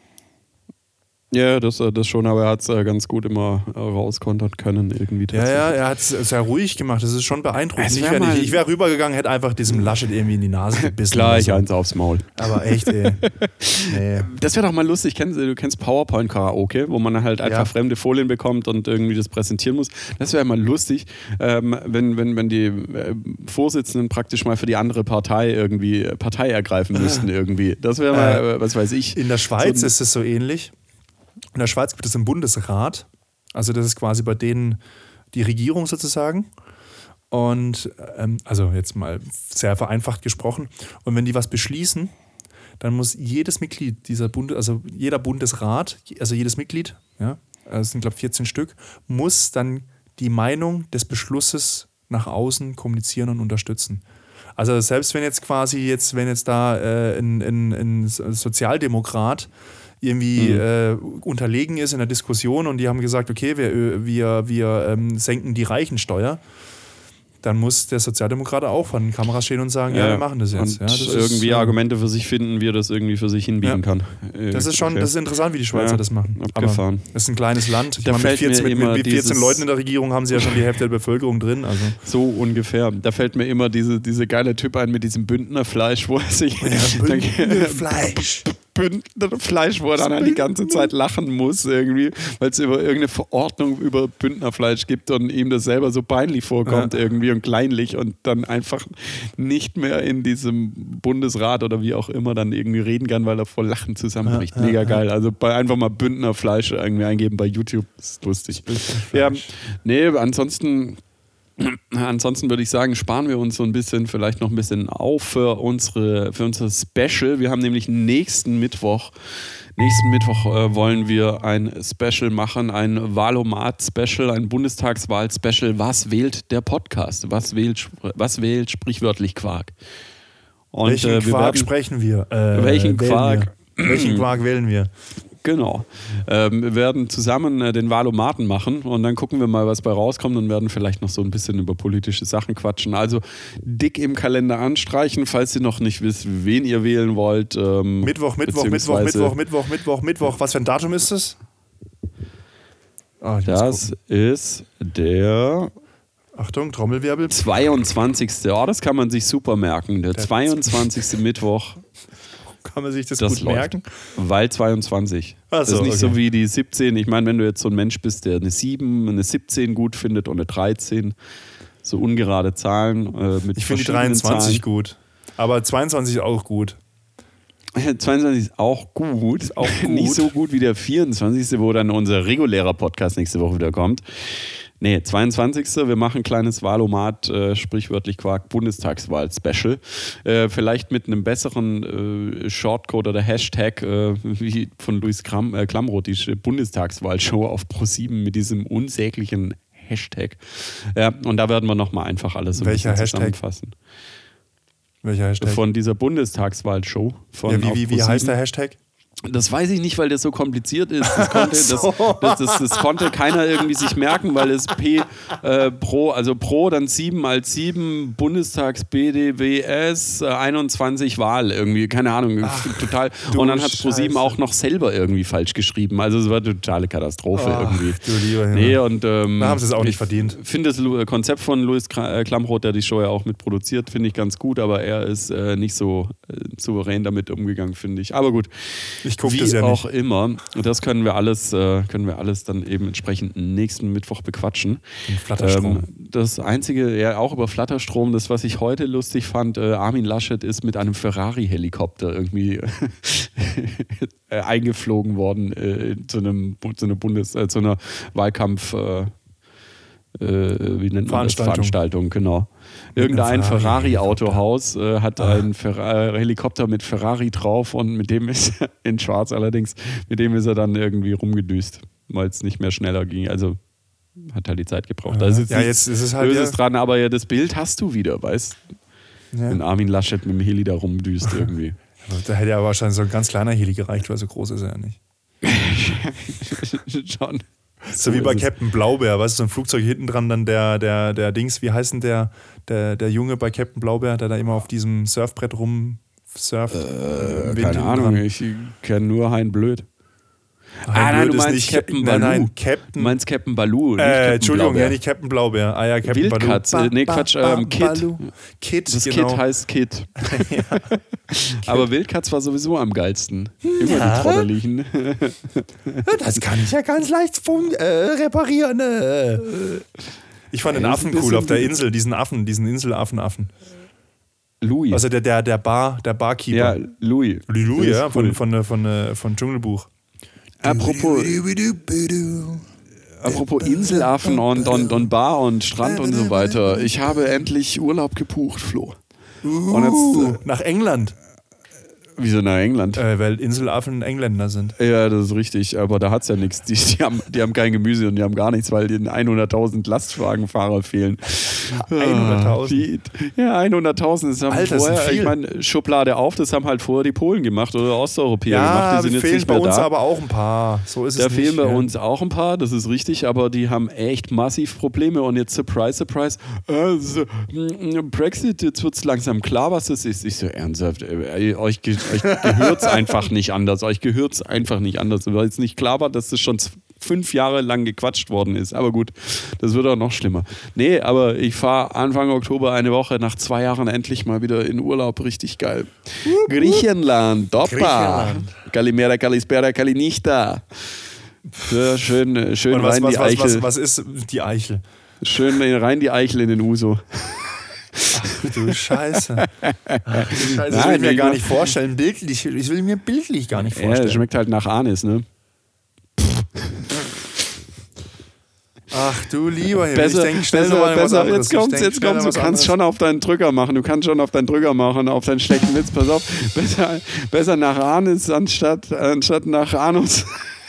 Ja, das schon, aber er hat es ganz gut immer rauskontern können irgendwie. Ja, er hat es sehr ruhig gemacht, das ist schon beeindruckend. Ich wäre rübergegangen, hätte einfach diesem Laschet irgendwie in die Nase gebissen. Gleich eins aufs Maul. Aber echt, ey. Nee. Das wäre doch mal lustig, du kennst PowerPoint-Karaoke, wo man halt einfach fremde Folien bekommt und irgendwie das präsentieren muss. Das wäre mal lustig, wenn die Vorsitzenden praktisch mal für die andere Partei irgendwie Partei ergreifen müssten irgendwie. Das wäre mal, was weiß ich. In der Schweiz ist es so ähnlich. In der Schweiz gibt es einen Bundesrat, also das ist quasi bei denen die Regierung sozusagen. Und also jetzt mal sehr vereinfacht gesprochen. Und wenn die was beschließen, dann muss jedes Mitglied dieser also jeder Bundesrat, also jedes Mitglied, ja, es sind glaube ich 14 Stück, muss dann die Meinung des Beschlusses nach außen kommunizieren und unterstützen. Also selbst wenn jetzt da ein Sozialdemokrat irgendwie unterlegen ist in der Diskussion und die haben gesagt, okay, wir senken die Reichensteuer, dann muss der Sozialdemokrat auch vor den Kameras stehen und sagen, wir machen das jetzt. Und das irgendwie Argumente für sich finden, wie er das irgendwie für sich hinbiegen kann. Das ist interessant, wie die Schweizer das machen. Abgefahren. Aber es ist ein kleines Land. Mit 14 Leuten in der Regierung haben sie ja schon die Hälfte der Bevölkerung drin. Also. So ungefähr. Da fällt mir immer diese geile Typ ein mit diesem Bündnerfleisch, wo er sich... Bündnerfleisch, wo er dann die ganze Zeit lachen muss irgendwie, weil es über irgendeine Verordnung über Bündnerfleisch gibt und ihm das selber so peinlich vorkommt irgendwie und kleinlich und dann einfach nicht mehr in diesem Bundesrat oder wie auch immer dann irgendwie reden kann, weil er vor Lachen zusammenbricht. Mega geil. Also einfach mal Bündnerfleisch irgendwie eingeben bei YouTube, ist lustig. Ja, nee, ansonsten würde ich sagen, sparen wir uns so ein bisschen, vielleicht noch ein bisschen auf für unser Special. Wir haben nämlich nächsten Mittwoch wollen wir ein Special machen, ein Wahlomat-Special, ein Bundestagswahl-Special. Was wählt der Podcast? Was wählt sprichwörtlich Quark? Und, welchen Quark sprechen wir? Welchen Quark wählen wir? Genau. Wir werden zusammen den Wahlomaten machen und dann gucken wir mal, was bei rauskommt und werden vielleicht noch so ein bisschen über politische Sachen quatschen. Also dick im Kalender anstreichen, falls ihr noch nicht wisst, wen ihr wählen wollt. Mittwoch. Was für ein Datum ist es? Das ist der... Achtung, Trommelwirbel. 22. Oh, das kann man sich super merken. Der 22. Mittwoch. Kann man sich das gut merken? Weil 22. Das ist nicht so wie die 17. Ich meine, wenn du jetzt so ein Mensch bist, der eine 7, eine 17 gut findet und eine 13, so ungerade Zahlen. Ich finde die 23 gut. Aber 22 auch gut. 22 ist auch gut. Ist auch gut. Nicht so gut wie der 24., wo dann unser regulärer Podcast nächste Woche wieder kommt. Nee, 22. Wir machen ein kleines Wahlomat, sprichwörtlich Quark, Bundestagswahl-Special. Vielleicht mit einem besseren Shortcode oder Hashtag wie von Luis Klamroth, die Bundestagswahl-Show auf ProSieben mit diesem unsäglichen Hashtag. Ja, und da werden wir nochmal einfach alles so ein bisschen zusammenfassen. Welcher Hashtag? Von dieser Bundestagswahl-Show. Ja, wie heißt der Hashtag? Das weiß ich nicht, weil das so kompliziert ist. Das konnte keiner irgendwie sich merken, weil es pro dann 7 als 7 Bundestags BDWS 21 Wahl irgendwie, keine Ahnung, total. Und dann hat ProSieben auch noch selber irgendwie falsch geschrieben. Also es war eine totale Katastrophe irgendwie. Du lieber Himmel. Nee, und da haben sie es auch nicht verdient. Ich finde das Konzept von Luis Klamroth, der die Show ja auch mit produziert, finde ich ganz gut, aber er ist nicht so souverän damit umgegangen, finde ich. Aber gut. Ich gucke Wie das ja auch nicht. immer. Das können wir alles dann eben entsprechend nächsten Mittwoch bequatschen. Flatterstrom. Das Einzige, ja auch über Flatterstrom, das, was ich heute lustig fand, Armin Laschet ist mit einem Ferrari-Helikopter irgendwie eingeflogen worden zu einer Wahlkampf wie nennt man das? Veranstaltung, genau. Irgendein Ferrari-Autohaus hat einen Helikopter mit Ferrari drauf und mit dem ist in Schwarz allerdings, mit dem ist er dann irgendwie rumgedüst, weil es nicht mehr schneller ging. Also hat halt die Zeit gebraucht. Da ist jetzt ist es halt Böses dran, aber ja, das Bild hast du wieder, weißt du? Ja. Wenn Armin Laschet mit dem Heli da rumdüst irgendwie. Da hätte ja wahrscheinlich so ein ganz kleiner Heli gereicht, weil so groß ist er ja nicht. Schon. So wie bei Captain Blaubeer, weißt du, so ein Flugzeug hinten dran, dann der Dings, wie heißt denn der Junge bei Captain Blaubeer, der da immer auf diesem Surfbrett rumsurft? Keine Ahnung, ich kenne nur Hein Blöd. Nein, du meinst Captain Baloo. Nein, Du meinst Captain Baloo, nicht Captain Entschuldigung, Blaubeer. Ja, nicht Captain Blaubeer. Ah ja, Captain Wildkatz, Baloo. nee, Quatsch, Kid. Kid, Das genau. Kid heißt Kid. Aber Wildkatz war sowieso am geilsten. Immer die Trotterlichen. Das kann ich ja ganz leicht reparieren. Ich fand den Affen cool auf der Insel, diesen Inselaffen. Louis. Also der Barkeeper. Ja, Louis. Louis, ja, cool. von Dschungelbuch. Apropos Inselaffen und Bar und Strand und so weiter. Ich habe endlich Urlaub gebucht, Flo. Und jetzt, nach England. Wieso nach England? Weil Inselaffen Engländer sind. Ja, das ist richtig, aber da hat es ja nichts. Die haben kein Gemüse und die haben gar nichts, weil denen 100.000 Lastwagenfahrer fehlen. 100.000? Ja, 100.000. Das haben Alter, vorher, das ist viel. ich meine, Schublade auf, das haben halt vorher die Polen gemacht oder Osteuropäer gemacht. Die sind jetzt fehlen nicht bei mehr uns da. aber auch ein paar. So ist es Da nicht. fehlen bei uns auch ein paar, das ist richtig, aber die haben echt massiv Probleme und jetzt surprise, Brexit, jetzt wird es langsam klar, was das ist. Ich so ernsthaft, euch gehört es einfach nicht anders. Euch gehört es einfach nicht anders. Weil jetzt nicht klar war, dass das schon 5 Jahre lang gequatscht worden ist. Aber gut, das wird auch noch schlimmer. Nee, aber ich fahre Anfang Oktober eine Woche nach 2 Jahren endlich mal wieder in Urlaub. Richtig geil. Griechenland, Doppa. Kalimera, Kalispera, Kalinista. Ja, schön Und rein die Eichel. Was ist die Eichel? Schön rein die Eichel in den Uso. Ach du Scheiße. Das will ich mir gar nicht vorstellen. Bildlich. Ich will mir bildlich gar nicht vorstellen. Ja, schmeckt halt nach Anis, ne? Ach du lieber Himmel. Besser, ich denke, schnell mal was anderes. Jetzt kommt's, du kannst schon auf deinen Drücker machen, auf deinen schlechten Witz, pass auf. Besser nach Anis anstatt nach Anus.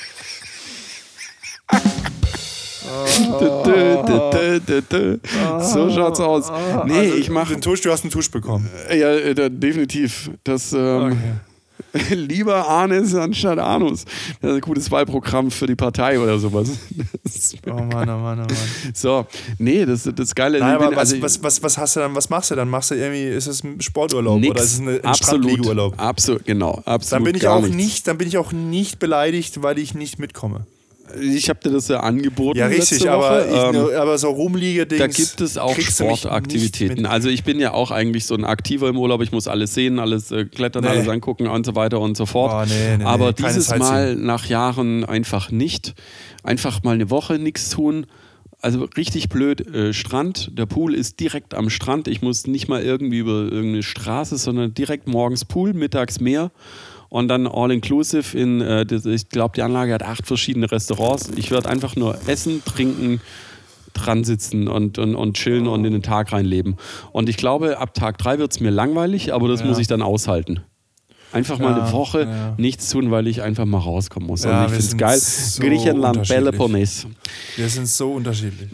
So schaut's aus. Nee, also, ich mach. Du hast einen Tusch bekommen. Ja, definitiv. Das lieber Anis anstatt Anus. Das ist ein gutes Wahlprogramm für die Partei oder sowas. Oh Mann. So, nee, das Geile. Nein, aber was hast du dann? Was machst du dann? Machst du irgendwie? Ist es ein Sporturlaub oder ist es ein Strandliegeurlaub? Absolut, genau. Absolut. Dann bin ich auch nicht beleidigt, weil ich nicht mitkomme. Ich habe dir das ja angeboten. Ja, richtig, aber so Rumliege-Dings. Da gibt es auch Sportaktivitäten. Also ich bin ja auch eigentlich so ein Aktiver im Urlaub. Ich muss alles sehen, alles klettern, alles angucken und so weiter und so fort. Aber dieses Mal nach Jahren einfach nicht. Einfach mal eine Woche nichts tun. Also richtig blöd, Strand. Der Pool ist direkt am Strand. Ich muss nicht mal irgendwie über irgendeine Straße, sondern direkt morgens Pool, mittags Meer. und dann all-inclusive ich glaube, die Anlage hat 8 verschiedene Restaurants. Ich werde einfach nur essen, trinken, dran sitzen und chillen und in den Tag reinleben. Und ich glaube, ab Tag 3 wird es mir langweilig, aber das muss ich dann aushalten. Einfach mal eine Woche nichts tun, weil ich einfach mal rauskommen muss. Ja, und ich finde es geil. So Griechenland, Peloponnes. Wir sind so unterschiedlich.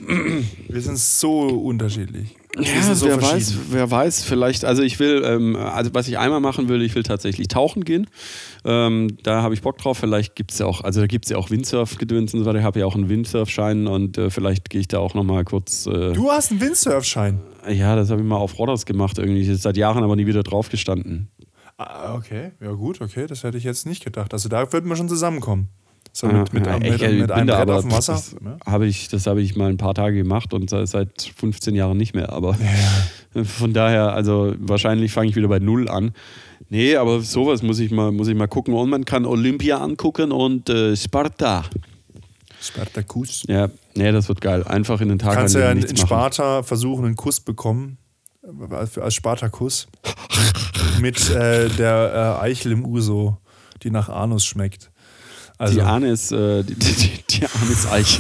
Ja, so wer weiß, vielleicht, also ich will, also was ich einmal machen will, ich will tatsächlich tauchen gehen. Da habe ich Bock drauf. Vielleicht gibt es ja auch, also da gibt es ja auch Windsurf-Gedöns und so weiter. Ich habe ja auch einen Windsurfschein und vielleicht gehe ich da auch nochmal kurz. Du hast einen Windsurfschein? Ja, das habe ich mal auf Rodders gemacht irgendwie. Seit Jahren aber nie wieder drauf gestanden. Okay, ja gut, okay, das hätte ich jetzt nicht gedacht. Also da würden wir schon zusammenkommen. So mit einem Brett auf dem Wasser. Das habe ich mal ein paar Tage gemacht und seit 15 Jahren nicht mehr. Aber von daher, also wahrscheinlich fange ich wieder bei Null an. Nee, aber sowas muss ich mal gucken. Und man kann Olympia angucken und Sparta. Spartacus. Ja, nee, das wird geil. Einfach in den Tag kannst du ja in Sparta versuchen, einen Kuss bekommen. Als Spartakus. Mit der Eichel im Uso, die nach Anus schmeckt. Also, die Anis-Eichel.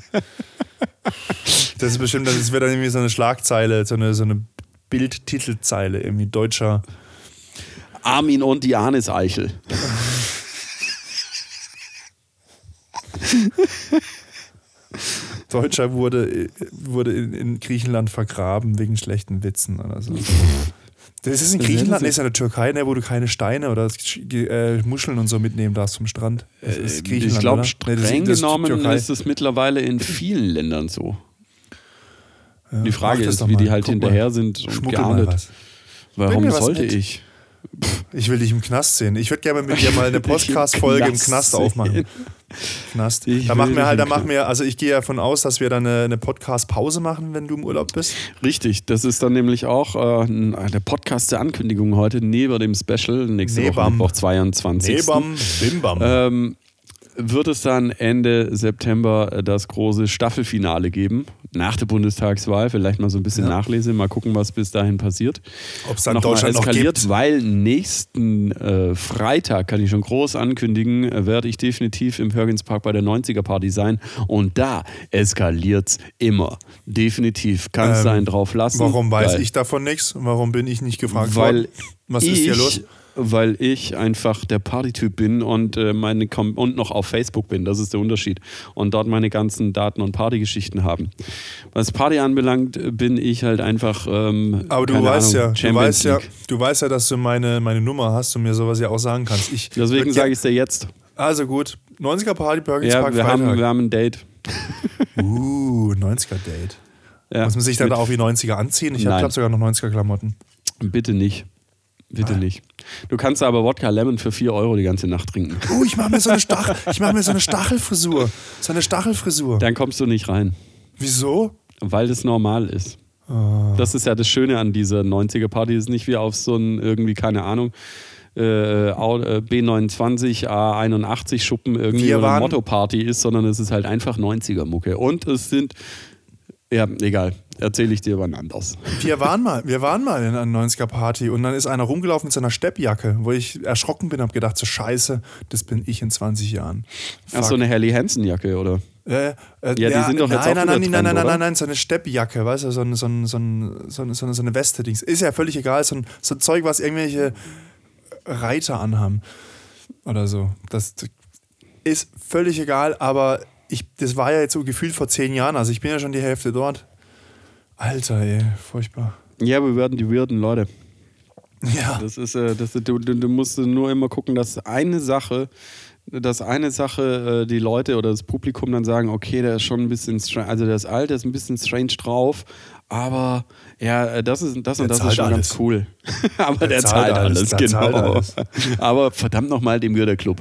Das ist bestimmt, das wird dann irgendwie so eine Schlagzeile, so eine Bildtitelzeile, irgendwie deutscher. Armin und die Anis-Eichel. Deutscher wurde in Griechenland vergraben wegen schlechten Witzen oder so. Das ist in Griechenland, ist ja in der Türkei, wo du keine Steine oder Muscheln und so mitnehmen darfst vom Strand. Das ist Griechenland, ich glaube, streng genommen ist es mittlerweile in vielen Ländern so. Ja, die Frage ist, wie die halt hinterher sind und geahndet. Warum sollte ich? Ich will dich im Knast sehen. Ich würde gerne mit dir mal eine Podcast-Folge im Knast aufmachen. Knast. Also ich gehe ja davon aus, dass wir dann eine Podcast-Pause machen, wenn du im Urlaub bist. Richtig, das ist dann nämlich auch eine Podcast der Ankündigung heute neben dem Special, nächste Woche Mittwoch 22. Bimbam. Wird es dann Ende September das große Staffelfinale geben, nach der Bundestagswahl, vielleicht mal so ein bisschen Nachlese, mal gucken, was bis dahin passiert. Ob es dann Deutschland noch gibt. Weil nächsten Freitag, kann ich schon groß ankündigen, werde ich definitiv im Hörgens-Park bei der 90er-Party sein und da eskaliert es immer. Definitiv, kann es sein, drauf lassen. Warum weiß ich davon nichts? Warum bin ich nicht gefragt worden? Was ist hier los? Weil ich einfach der Partytyp bin und und noch auf Facebook bin. Das ist der Unterschied. Und dort meine ganzen Daten und Partygeschichten haben. Was Party anbelangt, bin ich halt einfach. Aber du weißt ja, dass du meine Nummer hast und mir sowas ja auch sagen kannst. Deswegen sage ich es dir jetzt. Also gut, 90er Party, Perkins Park, Freitag. Wir haben ein Date. 90er Date. Ja, muss man sich dann da auch wie 90er anziehen? Ich habe sogar noch 90er Klamotten. Bitte nicht. Bitte nicht. Du kannst aber Wodka Lemon für 4 € die ganze Nacht trinken. Ich mache mir so eine Stachelfrisur. So eine Stachelfrisur. Dann kommst du nicht rein. Wieso? Weil das normal ist. Das ist ja das Schöne an dieser 90er-Party. Das ist nicht wie auf so ein irgendwie, keine Ahnung, B29, A81 Schuppen irgendwie oder Motto-Party ist, sondern es ist halt einfach 90er-Mucke. Und es sind, ja, egal. Erzähle ich dir wann anders. Wir waren mal in einer 90er-Party und dann ist einer rumgelaufen mit seiner Steppjacke, wo ich erschrocken bin und habe gedacht, so scheiße, das bin ich in 20 Jahren. Fuck. Ach, so eine Helly Hansen-Jacke, oder? Die sind doch jetzt Nein, so eine Steppjacke, weißt du, so eine Weste-Dings. Ist ja völlig egal, so ein Zeug, was irgendwelche Reiter anhaben oder so. Das ist völlig egal, aber das war ja jetzt so gefühlt vor 10 Jahren, also ich bin ja schon die Hälfte dort. Alter, ey, furchtbar. Ja, wir werden die weirden Leute. Ja. Du musst nur immer gucken, dass eine Sache die Leute oder das Publikum dann sagen, okay, der ist schon ein bisschen strange, also der ist alt, der ist ein bisschen strange drauf, aber ja, das ist schon alles. Ganz cool. Aber der zahlt alles, genau. Aber verdammt nochmal dem Würder-Club.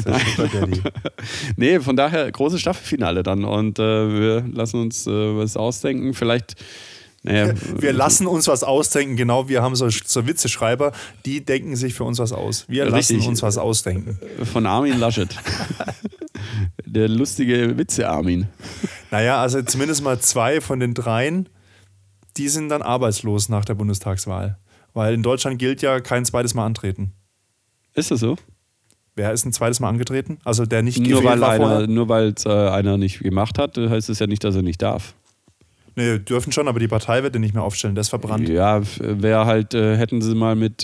Nee, von daher großes Staffelfinale dann und wir lassen uns was ausdenken. Vielleicht. Naja. Wir lassen uns was ausdenken, genau. Wir haben so Witzeschreiber, die denken sich für uns was aus. Wir lassen uns was ausdenken. Von Armin Laschet. Der lustige Witze-Armin. Naja, also zumindest mal 2 von den 3, die sind dann arbeitslos nach der Bundestagswahl. Weil in Deutschland gilt ja kein zweites Mal antreten. Ist das so? Wer ist ein zweites Mal angetreten? Also der nicht nur gewählt war vorher? Nur weil es einer nicht gemacht hat, heißt es ja nicht, dass er nicht darf. Nee, dürfen schon, aber die Partei wird den nicht mehr aufstellen, der ist verbrannt. Ja, wäre halt, hätten sie mal mit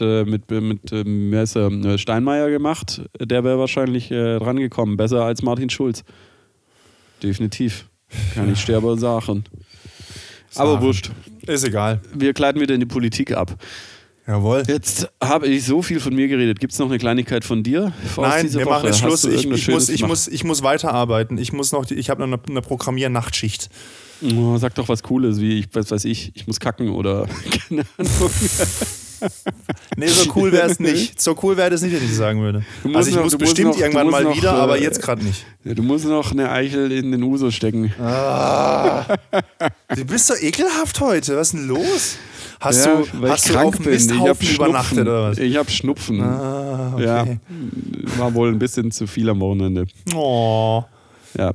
Steinmeier gemacht, der wäre wahrscheinlich drangekommen. Besser als Martin Schulz. Definitiv. Kann ich sterben sagen. Aber wurscht. Ist egal. Wir gleiten wieder in die Politik ab. Jawohl. Jetzt habe ich so viel von mir geredet. Gibt es noch eine Kleinigkeit von dir? Nein, wir machen jetzt Schluss. Ich muss weiterarbeiten. Ich habe noch eine Programmier-Nachtschicht. Oh, sag doch was Cooles, wie ich muss kacken oder keine Ahnung. Nee, so cool wäre es nicht. So cool wäre es nicht, wenn ich sagen würde. Also ich muss bestimmt irgendwann mal wieder, aber jetzt gerade nicht. Ja, du musst noch eine Eichel in den Uso stecken. Du bist so ekelhaft heute. Was ist denn los? Hast du auf dem Misthaufen übernachtet oder was? Ich habe Schnupfen. Okay. Ja, war wohl ein bisschen zu viel am Wochenende. Oh. Ja.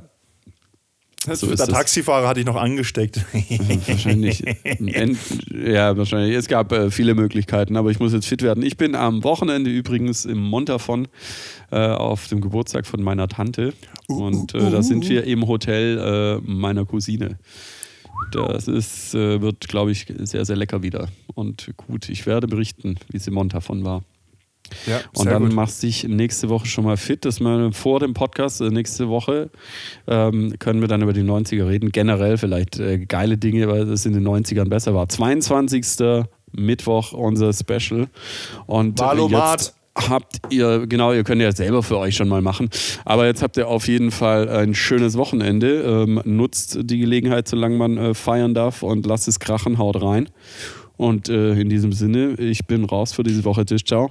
So der Taxifahrer hatte ich noch angesteckt. Wahrscheinlich. Wahrscheinlich. Es gab viele Möglichkeiten, aber ich muss jetzt fit werden. Ich bin am Wochenende übrigens im Montafon auf dem Geburtstag von meiner Tante. Und da sind wir im Hotel meiner Cousine. Das wird, glaube ich, sehr, sehr lecker wieder. Und gut, ich werde berichten, wie es im Montafon war. Ja, und dann machst du dich nächste Woche schon mal fit, dass wir vor dem Podcast nächste Woche können wir dann über die 90er reden. Generell vielleicht geile Dinge, weil es in den 90ern besser war. 22. Mittwoch unser Special. Und jetzt ihr könnt ja selber für euch schon mal machen, aber jetzt habt ihr auf jeden Fall ein schönes Wochenende. Nutzt die Gelegenheit, solange man feiern darf und lasst es krachen, haut rein. Und in diesem Sinne, ich bin raus für diese Woche. Tschüss, ciao.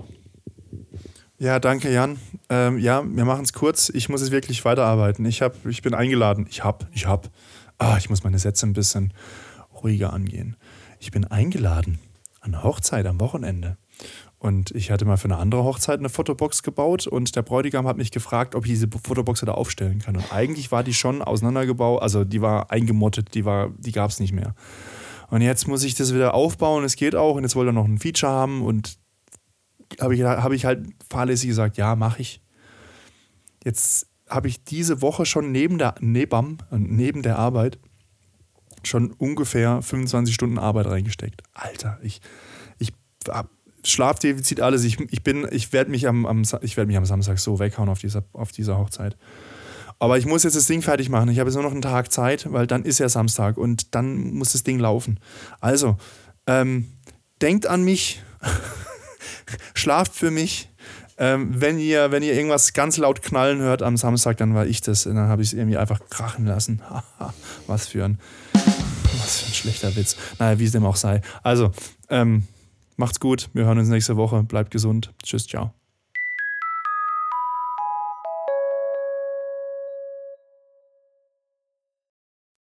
Ja, danke Jan. Wir machen es kurz. Ich muss jetzt wirklich weiterarbeiten. Ich bin eingeladen. Ich muss meine Sätze ein bisschen ruhiger angehen. Ich bin eingeladen an eine Hochzeit am Wochenende. Und ich hatte mal für eine andere Hochzeit eine Fotobox gebaut und der Bräutigam hat mich gefragt, ob ich diese Fotobox da aufstellen kann. Und eigentlich war die schon auseinandergebaut, also die war eingemottet, die gab es nicht mehr. Und jetzt muss ich das wieder aufbauen, es geht auch und jetzt wollte er noch ein Feature haben und habe ich halt fahrlässig gesagt, ja, mache ich. Jetzt habe ich diese Woche schon neben der Arbeit schon ungefähr 25 Stunden Arbeit reingesteckt. Alter, ich habe Schlafdefizit, alles. Ich werde mich am Samstag so weghauen auf dieser Hochzeit. Aber ich muss jetzt das Ding fertig machen. Ich habe jetzt nur noch einen Tag Zeit, weil dann ist ja Samstag und dann muss das Ding laufen. Also, denkt an mich, schlaft für mich. Wenn ihr irgendwas ganz laut knallen hört am Samstag, dann war ich das. Und dann habe ich es irgendwie einfach krachen lassen. Was für ein schlechter Witz. Naja, wie es dem auch sei. Also, macht's gut. Wir hören uns nächste Woche. Bleibt gesund. Tschüss, ciao.